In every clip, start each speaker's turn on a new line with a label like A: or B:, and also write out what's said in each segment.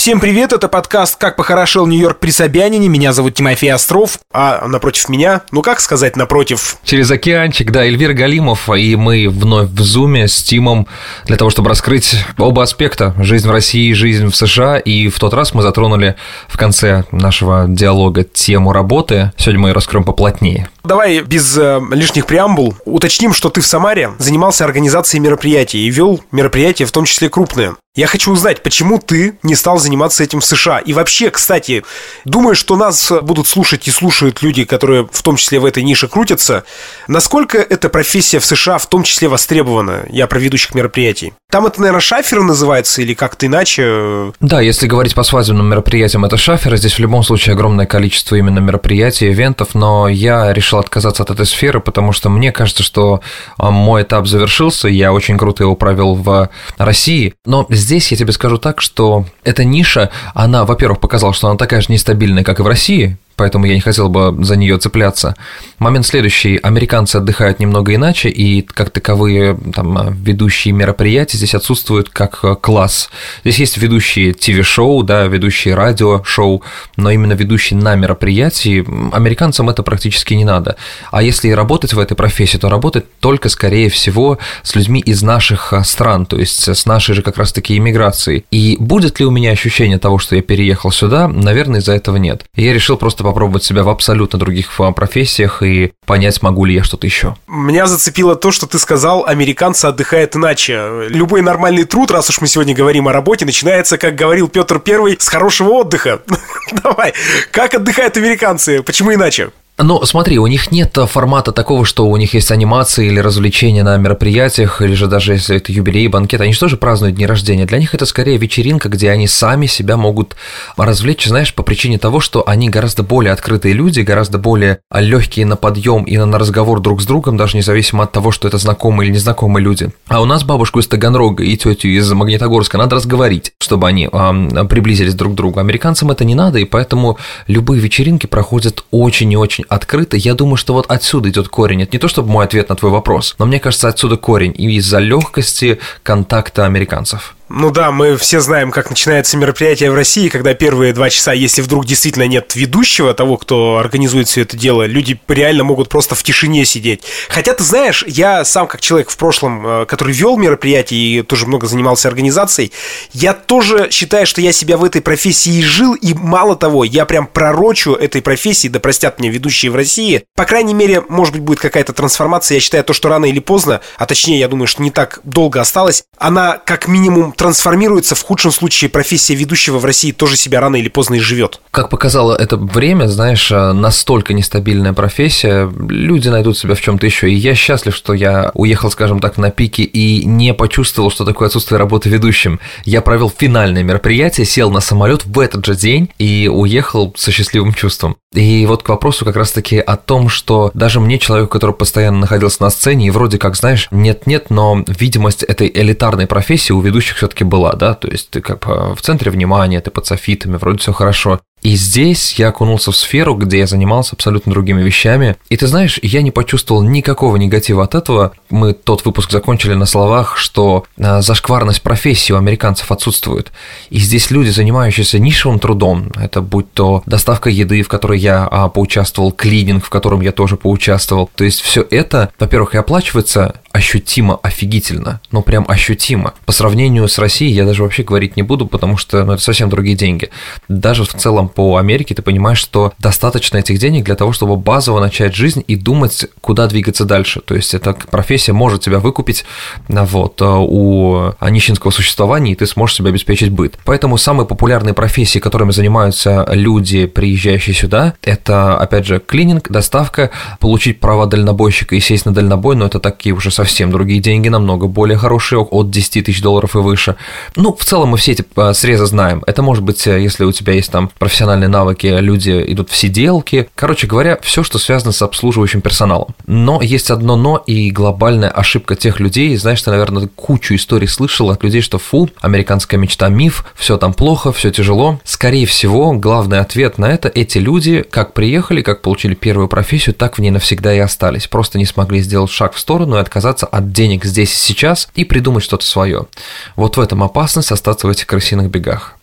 A: Всем привет, это подкаст «Как похорошел Нью-Йорк при Собянине». Меня зовут Тимофей Остров, а напротив меня, как сказать напротив?
B: Через океанчик, да, Эльвир Галимов, и мы вновь в зуме с Тимом для того, чтобы раскрыть оба аспекта: жизнь в России, жизнь в США. И в тот раз мы затронули в конце нашего диалога тему работы. Сегодня мы ее раскроем поплотнее.
A: Давай без лишних преамбул уточним, что ты в Самаре занимался организацией мероприятий и вел мероприятия, в том числе крупные. Я хочу узнать, почему ты не стал заниматься этим в США? И вообще, кстати, думаю, что нас будут слушать и слушают люди, которые в том числе в этой нише крутятся. Насколько эта профессия в США в том числе востребована? Я про ведущих мероприятий. Там это, наверное, шаферы называется или как-то иначе?
B: Да, если говорить по свадебным мероприятиям, это шаферы. Здесь в любом случае огромное количество именно мероприятий, ивентов, но я решил отказаться от этой сферы, потому что мне кажется, что мой этап завершился, я очень круто его провел в России, но здесь я тебе скажу так, что эта ниша, она, во-первых, показала, что она такая же нестабильная, как и в России, поэтому я не хотел бы за нее цепляться. Момент следующий: американцы отдыхают немного иначе, и как таковые там ведущие мероприятия здесь отсутствуют как класс. Здесь есть ведущие ТВ-шоу, да, ведущие радиошоу, но именно ведущие на мероприятии американцам это практически не надо. А если работать в этой профессии, то работать только, скорее всего, с людьми из наших стран, то есть с нашей же как раз-таки иммиграцией. И будет ли у меня ощущение того, что я переехал сюда? Наверное, из-за этого нет. И я решил просто попробовать себя в абсолютно других профессиях и понять, могу ли я что-то еще.
A: Меня зацепило то, что ты сказал, американцы отдыхают иначе. Любой нормальный труд, раз уж мы сегодня говорим о работе, начинается, как говорил Петр I, с хорошего отдыха. Давай, как отдыхают американцы? Почему иначе?
B: Ну, смотри, у них нет формата такого, что у них есть анимации или развлечения на мероприятиях, или же даже если это юбилей, банкет, они же тоже празднуют дни рождения. Для них это скорее вечеринка, где они сами себя могут развлечь, знаешь, по причине того, что они гораздо более открытые люди, гораздо более легкие на подъем и на разговор друг с другом, даже независимо от того, что это знакомые или незнакомые люди. А у нас бабушку из Таганрога и тетю из Магнитогорска надо разговорить, чтобы они приблизились друг к другу. Американцам это не надо, и поэтому любые вечеринки проходят очень и очень открыто. Я думаю, что вот отсюда идет корень. Это не то, чтобы мой ответ на твой вопрос, но мне кажется, отсюда корень. И из-за легкости контакта американцев.
A: Ну да, мы все знаем, как начинается мероприятие в России, когда первые 2 часа, если вдруг действительно нет ведущего, того, кто организует все это дело, люди реально могут просто в тишине сидеть. Хотя, ты знаешь, я сам как человек в прошлом, который вел мероприятия и тоже много занимался организацией, я тоже считаю, что я себя в этой профессии жил, и мало того, я прям пророчу этой профессии, да простят мне ведущие в России. По крайней мере, может быть, будет какая-то трансформация. Я считаю, то, что рано или поздно, а точнее, я думаю, что не так долго осталось, она как минимум трансформируется. В худшем случае профессия ведущего в России тоже себя рано или поздно изживет.
B: Как показало это время, знаешь, настолько нестабильная профессия, люди найдут себя в чем-то еще. И я счастлив, что я уехал, скажем так, на пике и не почувствовал, что такое отсутствие работы ведущим. Я провел финальное мероприятие, сел на самолет в этот же день и уехал со счастливым чувством. И вот к вопросу как раз-таки о том, что даже мне, человеку, который постоянно находился на сцене, и вроде как, знаешь, нет-нет, но видимость этой элитарной профессии у ведущих все-таки была, да, то есть ты как в центре внимания, ты под софитами, вроде все хорошо. И здесь я окунулся в сферу, где я занимался абсолютно другими вещами. И ты знаешь, я не почувствовал никакого негатива от этого. Мы тот выпуск закончили на словах, что зашкварность профессии у американцев отсутствует. И здесь люди, занимающиеся нишевым трудом, это будь то доставка еды, в которой я поучаствовал, клининг, в котором я тоже поучаствовал. То есть все это, во-первых, и оплачивается ощутимо, офигительно, ну прям ощутимо. По сравнению с Россией я даже вообще говорить не буду, потому что это совсем другие деньги. Даже в целом по Америке ты понимаешь, что достаточно этих денег для того, чтобы базово начать жизнь и думать, куда двигаться дальше. То есть эта профессия может тебя выкупить вот, у нищенского существования, и ты сможешь себе обеспечить быт. Поэтому самые популярные профессии, которыми занимаются люди, приезжающие сюда, это, опять же, клининг, доставка, получить права дальнобойщика и сесть на дальнобой, но это такие уже совсем другие деньги, намного более хорошие, от $10 тысяч и выше. Ну, в целом мы все эти срезы знаем. Это может быть, если у тебя есть там профессиональные навыки, люди идут в сиделки. Короче говоря, все, что связано с обслуживающим персоналом. Но есть одно но и глобальная ошибка тех людей. Знаешь, ты, наверное, кучу историй слышал от людей, что американская мечта миф, все там плохо, все тяжело. Скорее всего, главный ответ на это: эти люди как приехали, как получили первую профессию, так в ней навсегда и остались. Просто не смогли сделать шаг в сторону и отказаться от денег здесь и сейчас и придумать что-то свое. Вот в этом опасность остаться в этих крысиных бегах.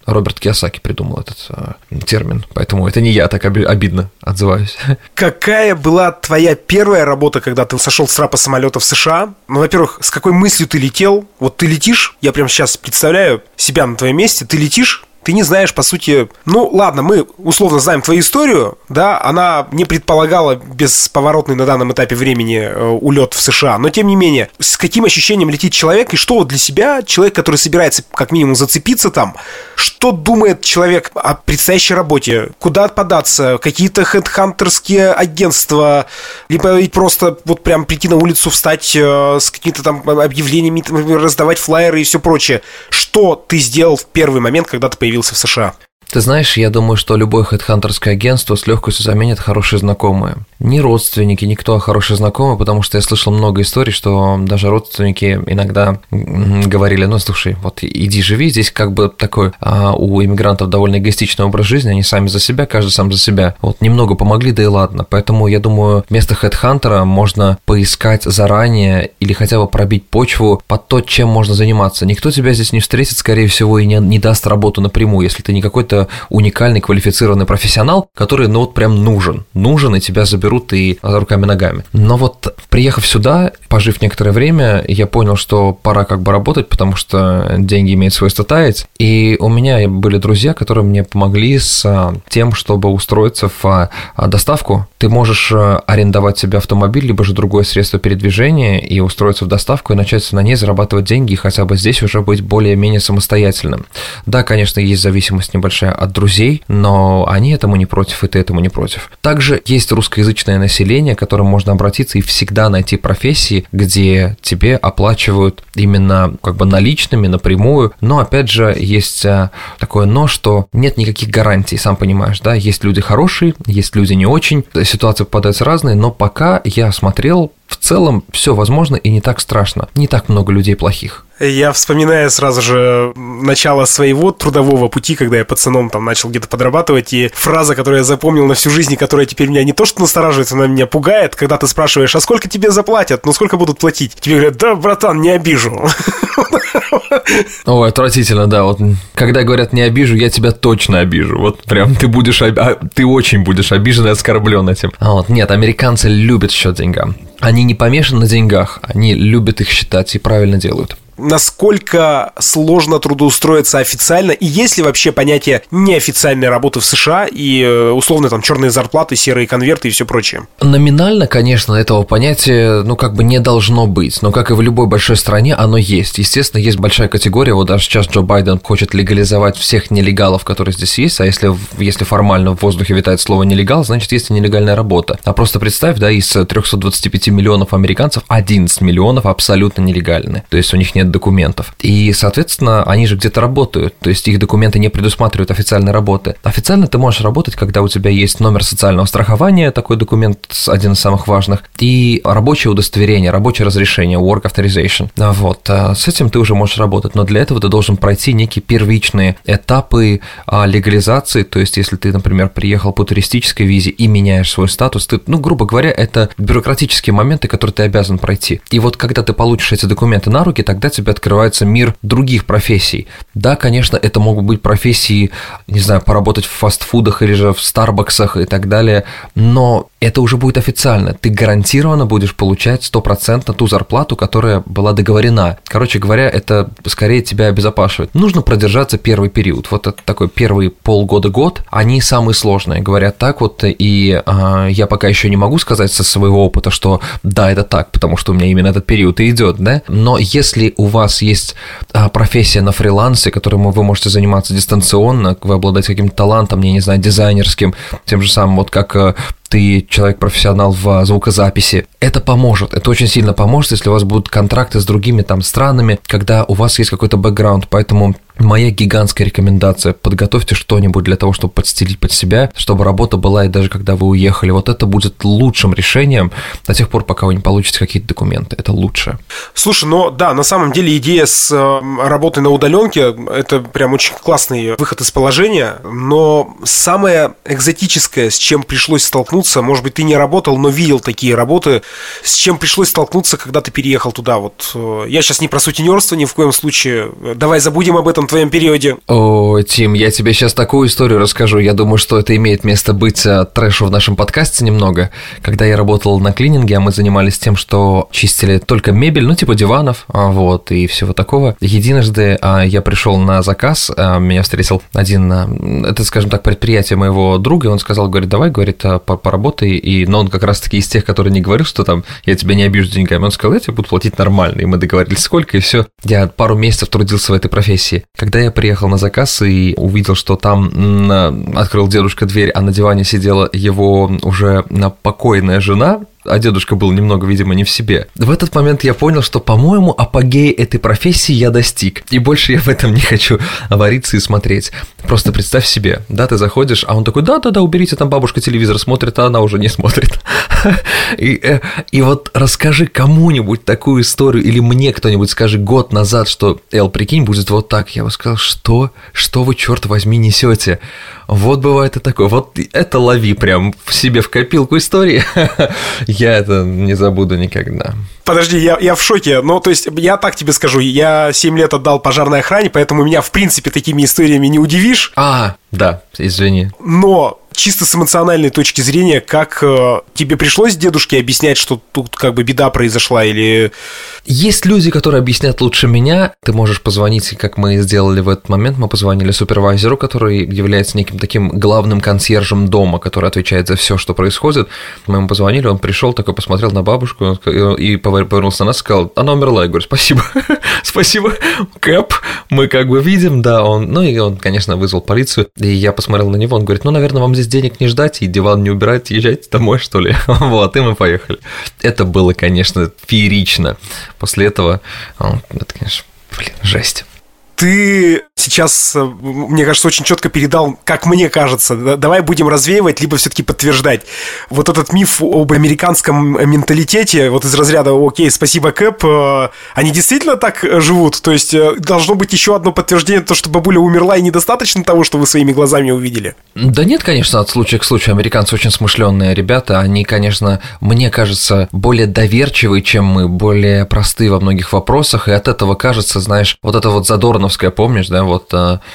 B: Роберт Кийосаки придумал этот термин, поэтому это не я так обидно отзываюсь.
A: Какая была твоя первая работа, когда ты сошел с трапа самолета в США? Ну, во-первых, с какой мыслью ты летел? Вот ты летишь, я прямо сейчас представляю себя на твоем месте, ты летишь, ты не знаешь, по сути... Ну, ладно, мы условно знаем твою историю, да, она не предполагала бесповоротный на данном этапе времени улет в США, но тем не менее, с каким ощущением летит человек, и что для себя человек, который собирается как минимум зацепиться там, что думает человек о предстоящей работе, куда податься, какие-то хедхантерские агентства, либо просто вот прям прийти на улицу, встать с какими-то там объявлениями, раздавать флаеры и все прочее. Что ты сделал в первый момент, когда ты появился в США?
B: Ты знаешь, я думаю, что любое хедхантерское агентство с легкостью заменит хорошие знакомые. Не родственники, никто, а хорошие знакомые, потому что я слышал много историй, что даже родственники иногда говорили: ну, слушай, вот иди живи, здесь как бы такой у иммигрантов довольно эгоистичный образ жизни, они сами за себя, каждый сам за себя. Вот немного помогли, да и ладно. Поэтому я думаю, вместо хедхантера можно поискать заранее или хотя бы пробить почву под то, чем можно заниматься. Никто тебя здесь не встретит, скорее всего, и не даст работу напрямую, если ты не какой-то уникальный, квалифицированный профессионал, который, ну, вот прям нужен, и тебя заберут и руками-ногами. Но вот, приехав сюда, пожив некоторое время, я понял, что пора как бы работать, потому что деньги имеют свойство таять, и у меня были друзья, которые мне помогли с тем, чтобы устроиться в доставку. Ты можешь арендовать себе автомобиль, либо же другое средство передвижения и устроиться в доставку и начать на ней зарабатывать деньги, и хотя бы здесь уже быть более-менее самостоятельным. Да, конечно, есть зависимость небольшая от друзей, но они этому не против, и ты этому не против. Также есть русскоязычное население, к которому можно обратиться и всегда найти профессии, где тебе оплачивают именно как бы наличными, напрямую, но опять же есть такое но, что нет никаких гарантий, сам понимаешь, да, есть люди хорошие, есть люди не очень, ситуации попадаются разные, но пока я смотрел, в целом все возможно и не так страшно, не так много людей плохих.
A: Я вспоминаю сразу же начало своего трудового пути, когда я пацаном там начал где-то подрабатывать, и фраза, которую я запомнил на всю жизнь, и которая теперь меня не то что настораживает, она меня пугает, когда ты спрашиваешь: а сколько тебе заплатят? Ну сколько будут платить? Тебе говорят: да, братан, не обижу.
B: Ой, отвратительно, да, вот когда говорят «не обижу», я тебя точно обижу, вот прям ты очень будешь обижен и оскорблен этим. Вот, нет, американцы любят счет деньгам. Они не помешаны на деньгах, они любят их считать и правильно делают.
A: Насколько сложно трудоустроиться официально, и есть ли вообще понятие неофициальной работы в США и условно там черные зарплаты, серые конверты и все прочее?
B: Номинально, конечно, этого понятия, ну, как бы не должно быть, но как и в любой большой стране, оно есть. Естественно, есть большая категория, вот даже сейчас Джо Байден хочет легализовать всех нелегалов, которые здесь есть, а если формально в воздухе витает слово «нелегал», значит, есть и нелегальная работа. А просто представь, да, из 325 миллионов американцев 11 миллионов абсолютно нелегальны, то есть у них нет документов. И, соответственно, они же где-то работают, то есть их документы не предусматривают официальной работы. Официально ты можешь работать, когда у тебя есть номер социального страхования, такой документ один из самых важных, и рабочее удостоверение, рабочее разрешение, work authorization. Вот, с этим ты уже можешь работать, но для этого ты должен пройти некие первичные этапы легализации, то есть если ты, например, приехал по туристической визе и меняешь свой статус, ты, ну, грубо говоря, это бюрократические моменты, которые ты обязан пройти. И вот когда ты получишь эти документы на руки, тогда тебе открывается мир других профессий. Да, конечно, это могут быть профессии, не знаю, поработать в фастфудах или же в Старбаксах и так далее, но это уже будет официально. Ты гарантированно будешь получать 100% ту зарплату, которая была договорена. Короче говоря, это скорее тебя обезопасивает. Нужно продержаться первый период. Вот это такой первый полгода-год, они самые сложные, говорят так вот, и я пока еще не могу сказать со своего опыта, что да, это так, потому что у меня именно этот период и идет, да, но если у вас есть профессия на фрилансе, которой вы можете заниматься дистанционно, вы обладаете каким-то талантом, я не знаю, дизайнерским, тем же самым, вот как ты человек-профессионал в звукозаписи, это поможет, это очень сильно поможет, если у вас будут контракты с другими там странами, когда у вас есть какой-то бэкграунд, поэтому моя гигантская рекомендация: подготовьте что-нибудь для того, чтобы подстелить под себя, чтобы работа была и даже когда вы уехали. Вот это будет лучшим решением до тех пор, пока вы не получите какие-то документы. Это лучше.
A: Слушай, ну да, на самом деле идея с работой на удаленке – это прям очень классный выход из положения, но самое экзотическое, с чем пришлось столкнуться столкнуться, может быть, ты не работал, но видел такие работы, с чем пришлось столкнуться, когда ты переехал туда? Вот я сейчас не про сутенерство ни в коем случае. Давай забудем об этом твоем периоде.
B: О, Тим, я тебе сейчас такую историю расскажу. Я думаю, что это имеет место быть трэшу в нашем подкасте немного. Когда я работал на клининге, а мы занимались тем, что чистили только мебель, ну, типа диванов, вот, и всего такого. Единожды я пришел на заказ, меня встретил один, это, скажем так, предприятие моего друга, и он сказал, говорит, давай, говорит, поработай, но он как раз-таки из тех, которые не говорил, что там, я тебя не обижу деньгами, он сказал, я тебе буду платить нормально, и мы договорились, сколько, и все. Я пару месяцев трудился в этой профессии. Когда я приехал на заказ и увидел, что там открыл дедушка дверь, а на диване сидела его уже покойная жена, а дедушка был немного, видимо, не в себе. В этот момент я понял, что, по-моему, апогей этой профессии я достиг. И больше я в этом не хочу вариться и смотреть. Просто представь себе, да, ты заходишь, а он такой, да-да-да, уберите, там бабушка телевизор смотрит, а она уже не смотрит. И вот расскажи кому-нибудь такую историю, или мне кто-нибудь скажи год назад, что, Эл, прикинь, будет вот так. Я бы сказал, что вы, черт возьми, несете? Вот бывает и такое. Вот это лови прям в себе в копилку истории. Я это не забуду никогда.
A: Подожди, я в шоке. Ну, то есть, я так тебе скажу, я 7 лет отдал пожарной охране, поэтому меня, в принципе, такими историями не удивишь.
B: Да, извини.
A: Но чисто с эмоциональной точки зрения, как тебе пришлось дедушке объяснять, что тут как бы беда произошла, или...
B: Есть люди, которые объяснят лучше меня. Ты можешь позвонить, как мы сделали в этот момент. Мы позвонили супервайзеру, который является неким таким главным консьержем дома, который отвечает за все, что происходит. Мы ему позвонили, он пришел, такой посмотрел на бабушку и повернулся на нас и сказал, она умерла. Я говорю, спасибо, спасибо, Кэп, мы как бы видим, да, и он, конечно, вызвал полицию, и я посмотрел на него, он говорит, наверное, вам здесь денег не ждать и диван не убирать, езжайте домой, что ли. Вот, и мы поехали. Это было, конечно, феерично. После этого, это, конечно, жесть.
A: Ты сейчас, мне кажется, очень четко передал, как мне кажется. Давай будем развеивать, либо все-таки подтверждать. Вот этот миф об американском менталитете, вот из разряда «Окей, спасибо, Кэп», они действительно так живут? То есть должно быть еще одно подтверждение, то, что бабуля умерла, и недостаточно того, что вы своими глазами увидели?
B: Да нет, конечно, от случая к случаю. Американцы очень смышленые ребята. Они, конечно, мне кажется, более доверчивые, чем мы, более простые во многих вопросах, и от этого кажется, знаешь, вот это вот задорновское, помнишь, да, вот...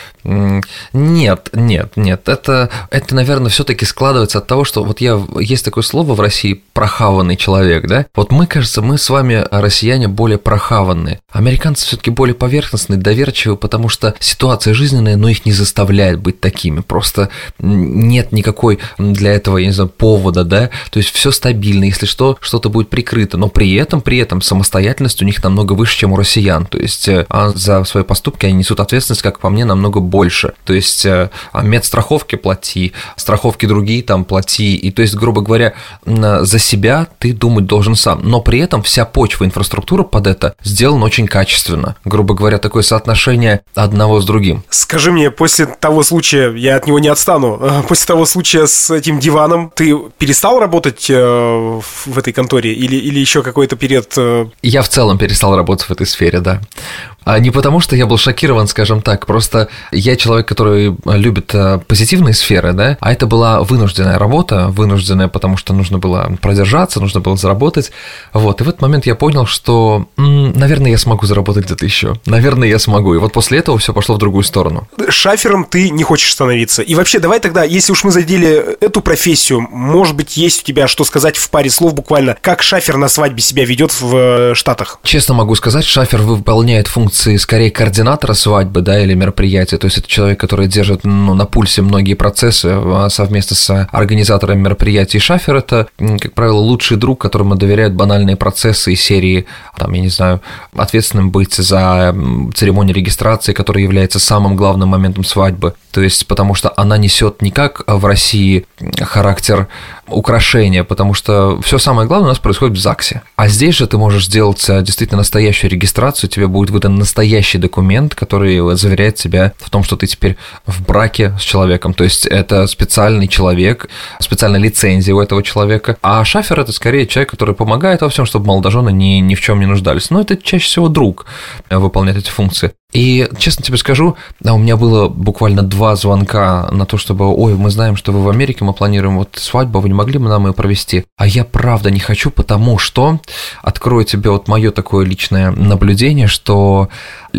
B: Нет, это, наверное, все-таки складывается от того, что вот есть такое слово в России «прохаванный человек», да? Вот мы, кажется, мы с вами, россияне, более прохаванные. Американцы все-таки более поверхностные, доверчивые, потому что ситуация жизненная, но их не заставляет быть такими. Просто нет никакой для этого, я не знаю, повода, да? То есть все стабильно, если что-то будет прикрыто, но при этом самостоятельность у них намного выше, чем у россиян. То есть за свои поступки они несут ответственность, как по мне, намного больше. То есть медстраховки плати, страховки другие там плати. И то есть, грубо говоря, за себя ты думать должен сам. Но при этом вся почва, инфраструктура под это сделана очень качественно. Грубо говоря, такое соотношение одного с другим.
A: Скажи мне, после того случая, я от него не отстану, после того случая с этим диваном, ты перестал работать в этой конторе или еще какой-то период?
B: Я в целом перестал работать в этой сфере, да. Не потому, что я был шокирован, скажем так, просто я человек, который любит позитивные сферы, да, а это была вынужденная работа, потому что нужно было продержаться, нужно было заработать, вот, и в этот момент я понял, что, наверное, я смогу заработать где-то еще, наверное, я смогу, и вот после этого все пошло в другую сторону.
A: Шафером ты не хочешь становиться, и вообще, давай тогда, если уж мы задели эту профессию, может быть, есть у тебя что сказать в паре слов буквально, как шафер на свадьбе себя ведет в Штатах?
B: Честно могу сказать, шафер выполняет функции скорее координатора свадьбы, да, или мероприятия, то есть это человек, который держит на пульсе многие процессы совместно с организаторами мероприятий. Шафер — это, как правило, лучший друг, которому доверяют банальные процессы из серии, там, я не знаю, ответственным быть за церемонию регистрации, которая является самым главным моментом свадьбы, то есть потому что она несет не как в России характер украшения, потому что все самое главное у нас происходит в ЗАГСе. А здесь же ты можешь сделать действительно настоящую регистрацию, тебе будет выдан настоящий документ, который заверяет тебя в том, что ты теперь в браке с человеком, то есть это специальный человек, специальная лицензия у этого человека, а шафер — это скорее человек, который помогает во всем, чтобы молодожены ни в чем не нуждались, но это чаще всего друг выполняет эти функции. И, честно тебе скажу, у меня было буквально 2 звонка на то, чтобы, ой, мы знаем, что вы в Америке, мы планируем вот свадьбу, вы не могли бы нам ее провести? А я правда не хочу, потому что, открою тебе вот мое такое личное наблюдение, что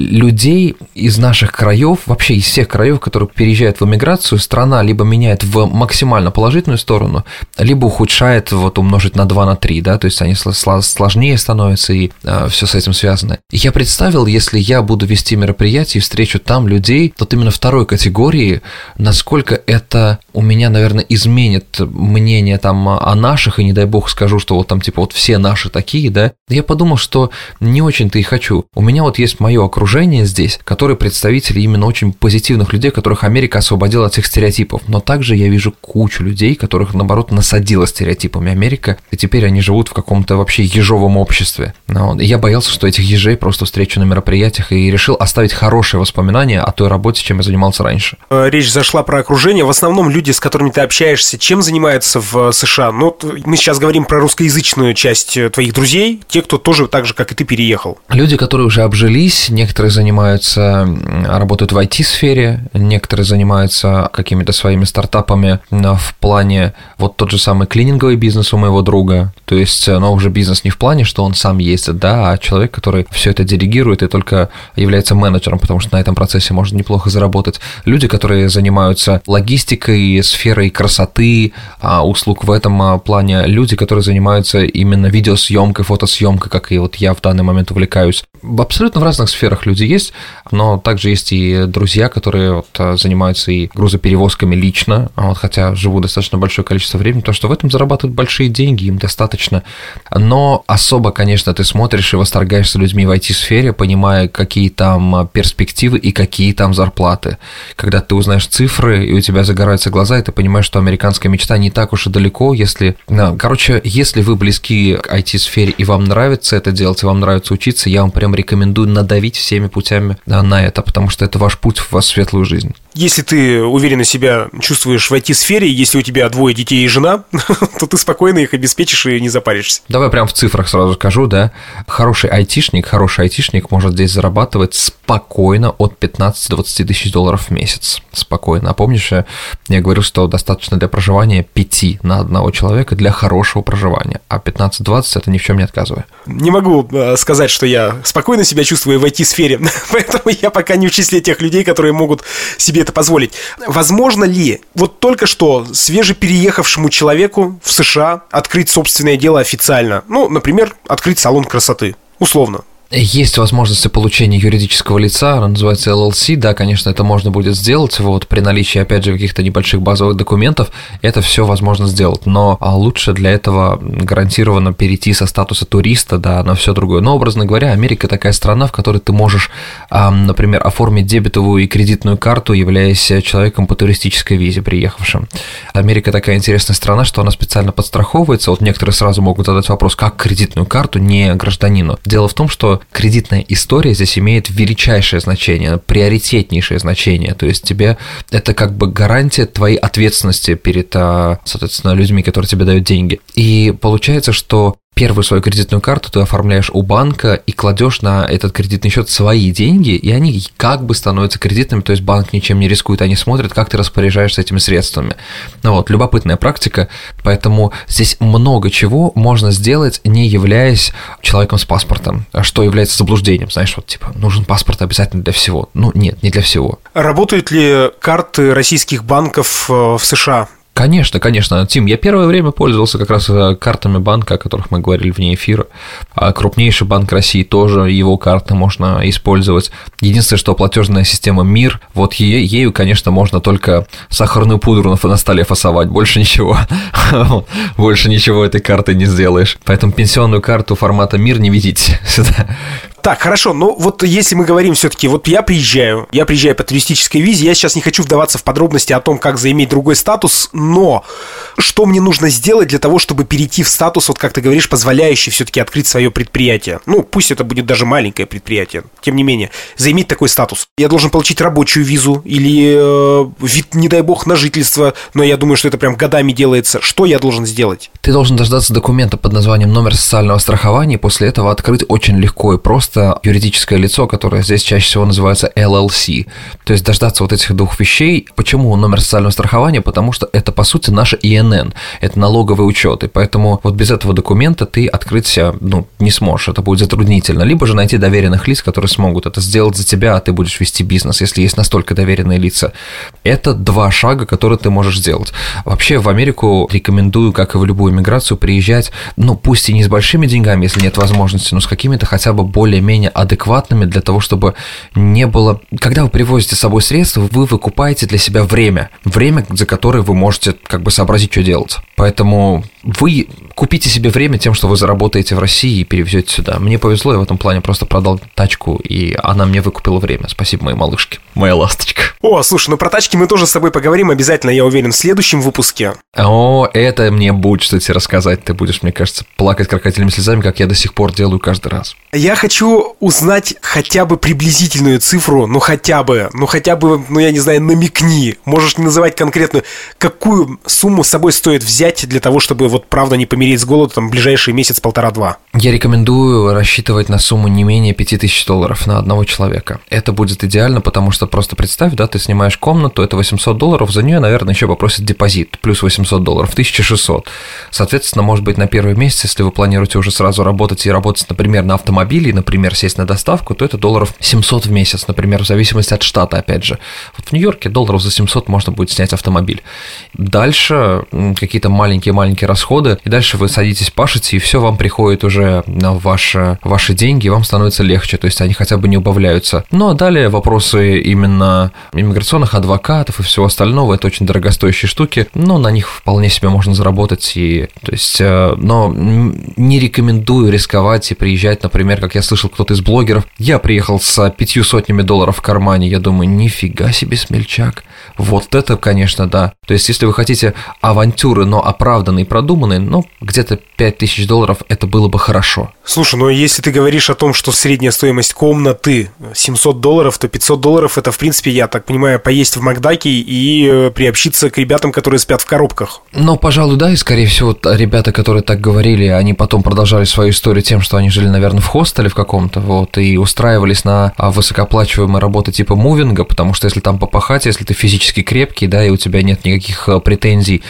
B: людей из наших краев, вообще из всех краев, которые переезжают в эмиграцию, страна либо меняет в максимально положительную сторону, либо ухудшает, вот умножить на 2, на 3, да, то есть они сложнее становятся и все с этим связано. Я представил, если я буду вести мероприятие и встречу там людей, вот именно второй категории, насколько это у меня, наверное, изменит мнение там о наших, и не дай бог скажу, что вот там типа вот все наши такие, да, я подумал, что не очень-то и хочу. У меня вот есть мое окружение здесь, которые представители именно очень позитивных людей, которых Америка освободила от всех стереотипов, но также я вижу кучу людей, которых, наоборот, насадила стереотипами Америка, и теперь они живут в каком-то вообще ежовом обществе. И я боялся, что этих ежей просто встречу на мероприятиях, и решил оставить хорошие воспоминания о той работе, чем я занимался раньше.
A: Речь зашла про окружение. В основном люди, с которыми ты общаешься, чем занимаются в США? Ну, мы сейчас говорим про русскоязычную часть твоих друзей, те, кто тоже так же, как и ты, переехал.
B: Люди, которые уже обжились, некоторые работают в IT-сфере, некоторые занимаются какими-то своими стартапами в плане, вот тот же самый клининговый бизнес у моего друга, то есть, но уже бизнес не в плане, что он сам ездит, да, а человек, который все это делегирует и только является менеджером, потому что на этом процессе можно неплохо заработать. Люди, которые занимаются логистикой, сферой красоты, услуг в этом плане. Люди, которые занимаются именно видеосъемкой, фотосъемкой, как и вот я в данный момент увлекаюсь. Абсолютно в разных сферах люди есть, но также есть и друзья, которые вот занимаются и грузоперевозками лично, хотя живу достаточно большое количество времени, потому что в этом зарабатывают большие деньги, им достаточно. Но особо, конечно, ты смотришь и восторгаешься людьми в IT-сфере, понимая, какие там перспективы и какие там зарплаты. Когда ты узнаешь цифры, и у тебя загораются глаза, и ты понимаешь, что американская мечта не так уж и далеко, если вы близки к IT-сфере и вам нравится это делать, и вам нравится учиться, я вам прям рекомендую надавить всеми путями на это, потому что это ваш путь в светлую жизнь.
A: Если ты уверенно себя чувствуешь в IT-сфере, если у тебя 2 детей и жена, то ты спокойно их обеспечишь и не запаришься.
B: Давай прям в цифрах сразу скажу, да. Хороший айтишник может здесь зарабатывать спокойно от 15-20 тысяч долларов в месяц. Спокойно. А помнишь, я говорил, что достаточно для проживания 5 на одного человека для хорошего проживания, а 15-20 это ни в чем не отказываю.
A: Не могу сказать, что я спокойно себя чувствую в IT-сфере, поэтому я пока не в числе тех людей, которые могут себе это позволить. Возможно ли вот только что свежепереехавшему человеку в США открыть собственное дело официально? Ну, например, открыть салон красоты, условно.
B: Есть возможности получения юридического лица, она называется LLC, да, конечно, это можно будет сделать, вот, при наличии, опять же, каких-то небольших базовых документов, это все возможно сделать, но лучше для этого гарантированно перейти со статуса туриста, да, на все другое. Но, образно говоря, Америка такая страна, в которой ты можешь, например, оформить дебетовую и кредитную карту, являясь человеком по туристической визе, приехавшим. Америка такая интересная страна, что она специально подстраховывается, вот некоторые сразу могут задать вопрос, как кредитную карту не гражданину. Дело в том, что кредитная история здесь имеет величайшее значение, приоритетнейшее значение, то есть тебе это как бы гарантия твоей ответственности перед, соответственно, людьми, которые тебе дают деньги. И получается, что первую свою кредитную карту ты оформляешь у банка и кладешь на этот кредитный счет свои деньги, и они как бы становятся кредитными, то есть банк ничем не рискует, они смотрят, как ты распоряжаешься этими средствами. Ну вот, любопытная практика, поэтому здесь много чего можно сделать, не являясь человеком с паспортом, что является заблуждением, знаешь, вот типа, нужен паспорт обязательно для всего. Ну нет, не для всего.
A: Работают ли карты российских банков в США?
B: Конечно, Тим, я первое время пользовался как раз картами банка, о которых мы говорили вне эфира. А крупнейший банк России тоже, его карты можно использовать. Единственное, что платежная система МИР, вот ею, конечно, можно только сахарную пудру на столе фасовать, больше ничего. Больше ничего этой картой не сделаешь. Поэтому пенсионную карту формата МИР не везите сюда.
A: Так, хорошо, ну вот если мы говорим все-таки, вот я приезжаю по туристической визе, я сейчас не хочу вдаваться в подробности о том, как заиметь другой статус, но что мне нужно сделать для того, чтобы перейти в статус, вот как ты говоришь, позволяющий все-таки открыть свое предприятие? Ну, пусть это будет даже маленькое предприятие, тем не менее, заиметь такой статус. Я должен получить рабочую визу или вид, не дай бог, на жительство, но я думаю, что это прям годами делается. Что я должен сделать?
B: Ты должен дождаться документа под названием номер социального страхования, и после этого открыть очень легко и просто просто юридическое лицо, которое здесь чаще всего называется LLC. То есть дождаться вот этих двух вещей. Почему номер социального страхования? Потому что это, по сути, наше ИНН, это налоговый учет, и поэтому вот без этого документа ты открыться, не сможешь, это будет затруднительно. Либо же найти доверенных лиц, которые смогут это сделать за тебя, а ты будешь вести бизнес, если есть настолько доверенные лица. Это 2 шага, которые ты можешь сделать. Вообще в Америку рекомендую, как и в любую миграцию, приезжать, пусть и не с большими деньгами, если нет возможности, но с какими-то хотя бы более-менее адекватными для того, чтобы не было... Когда вы привозите с собой средства, вы выкупаете для себя время, за которое вы можете сообразить, что делать. Поэтому вы купите себе время тем, что вы заработаете в России и перевезете сюда. Мне повезло, я в этом плане просто продал тачку, и она мне выкупила время. Спасибо моей малышке, моя ласточка.
A: О, слушай, про тачки мы тоже с тобой поговорим обязательно, я уверен, в следующем выпуске.
B: О, это мне будет что тебе рассказать. Ты будешь, мне кажется, плакать крокодильными слезами, как я до сих пор делаю каждый раз.
A: Я хочу узнать хотя бы приблизительную цифру, хотя бы, я не знаю, намекни. Можешь не называть конкретную, какую сумму с собой стоит взять для того, чтобы правда не помереть с голоду в ближайший месяц, 1,5-2.
B: Я рекомендую рассчитывать на сумму не менее $5000 на одного человека. Это будет идеально, потому что просто представь, ты снимаешь комнату, это $800, за нее, наверное, еще попросят депозит, плюс $800, 1600. Соответственно, может быть, на первый месяц, если вы планируете уже сразу работать и работать, например, на автомобиле, например, сесть на доставку, то это $700 в месяц, например, в зависимости от штата, опять же. В Нью-Йорке за 700 можно будет снять автомобиль. Дальше какие-то маленькие расходы, и дальше вы садитесь, пашете, и все вам приходит уже на ваши деньги, и вам становится легче, то есть они хотя бы не убавляются. Ну, а далее вопросы именно иммиграционных адвокатов и всего остального, это очень дорогостоящие штуки, но на них вполне себе можно заработать, но не рекомендую рисковать и приезжать, например, как я слышал, кто-то из блогеров, я приехал с $500 в кармане, я думаю, нифига себе смельчак, вот это, конечно, да, то есть если вы хотите авантюры, но оправданные и продуманные, где-то $5000 это было бы хорошо.
A: Слушай, если ты говоришь о том, что средняя стоимость комнаты $700, то $500 это, в принципе, я так понимаю, поесть в Макдаке и приобщиться к ребятам, которые спят в коробках.
B: Пожалуй, да, и, скорее всего, ребята, которые так говорили, они потом продолжали свою историю тем, что они жили, наверное, в хостеле в каком-то, и устраивались на высокооплачиваемые работы типа мувинга, потому что если там попахать, если ты физически крепкий, да, и у тебя нет никаких претензий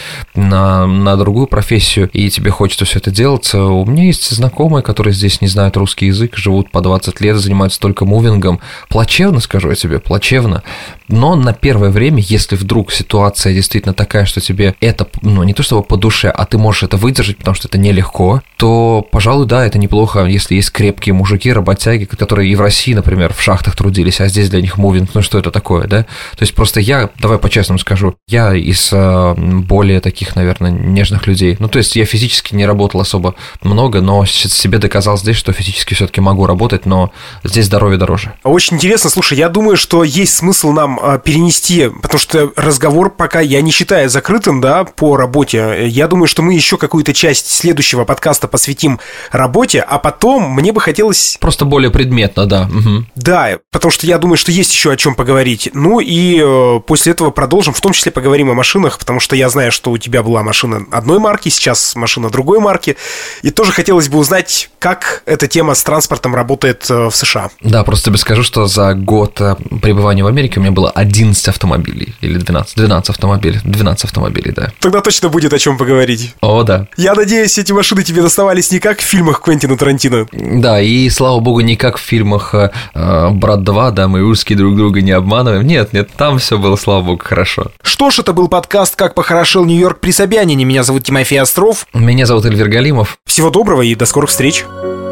B: на другую профессию, и тебе хочется все это делать, у меня есть знакомые, которые здесь не знают русский язык, живут по 20 лет, занимаются только мувингом. Плачевно, скажу я тебе, плачевно. Но на первое время, если вдруг ситуация действительно такая, что тебе это, не то чтобы по душе, а ты можешь это выдержать, потому что это нелегко, то, пожалуй, да, это неплохо, если есть крепкие мужики, работяги, которые и в России, например, в шахтах трудились, а здесь для них мувинг, что это такое, да? То есть просто давай по-честному скажу, я из более таких, наверное, нежных людей. То есть я физически не работал особо много, но себе доказал здесь, что физически все-таки могу работать, но здесь здоровье дороже.
A: Очень интересно, слушай, я думаю, что есть смысл нам перенести, потому что разговор пока я не считаю закрытым, да, по работе. Я думаю, что мы еще какую-то часть следующего подкаста посвятим работе, а потом мне бы хотелось...
B: Просто более предметно, да. Угу.
A: Да, потому что я думаю, что есть еще о чем поговорить. После этого продолжим, в том числе поговорим о машинах, потому что я знаю, что у тебя была машина одной марки, сейчас машина другой марки, и тоже хотелось бы узнать, как эта тема с транспортом работает в США.
B: Да, просто тебе скажу, что за год пребывания в Америке у меня было 11 автомобилей, или 12 автомобилей, да.
A: Тогда точно будет о чем поговорить.
B: О, да.
A: Я надеюсь, эти машины тебе доставались не как в фильмах Квентина Тарантино.
B: Да, и, слава богу, не как в фильмах «Брат 2», да, мы русские друг друга не обманываем. Нет, там все было, слава богу, хорошо.
A: Что ж, это был подкаст «Как похорошел Нью-Йорк при Собянине». Меня зовут Тимофей Остров.
B: Меня зовут Эльвир Галимов.
A: Всего доброго и до скорых встреч.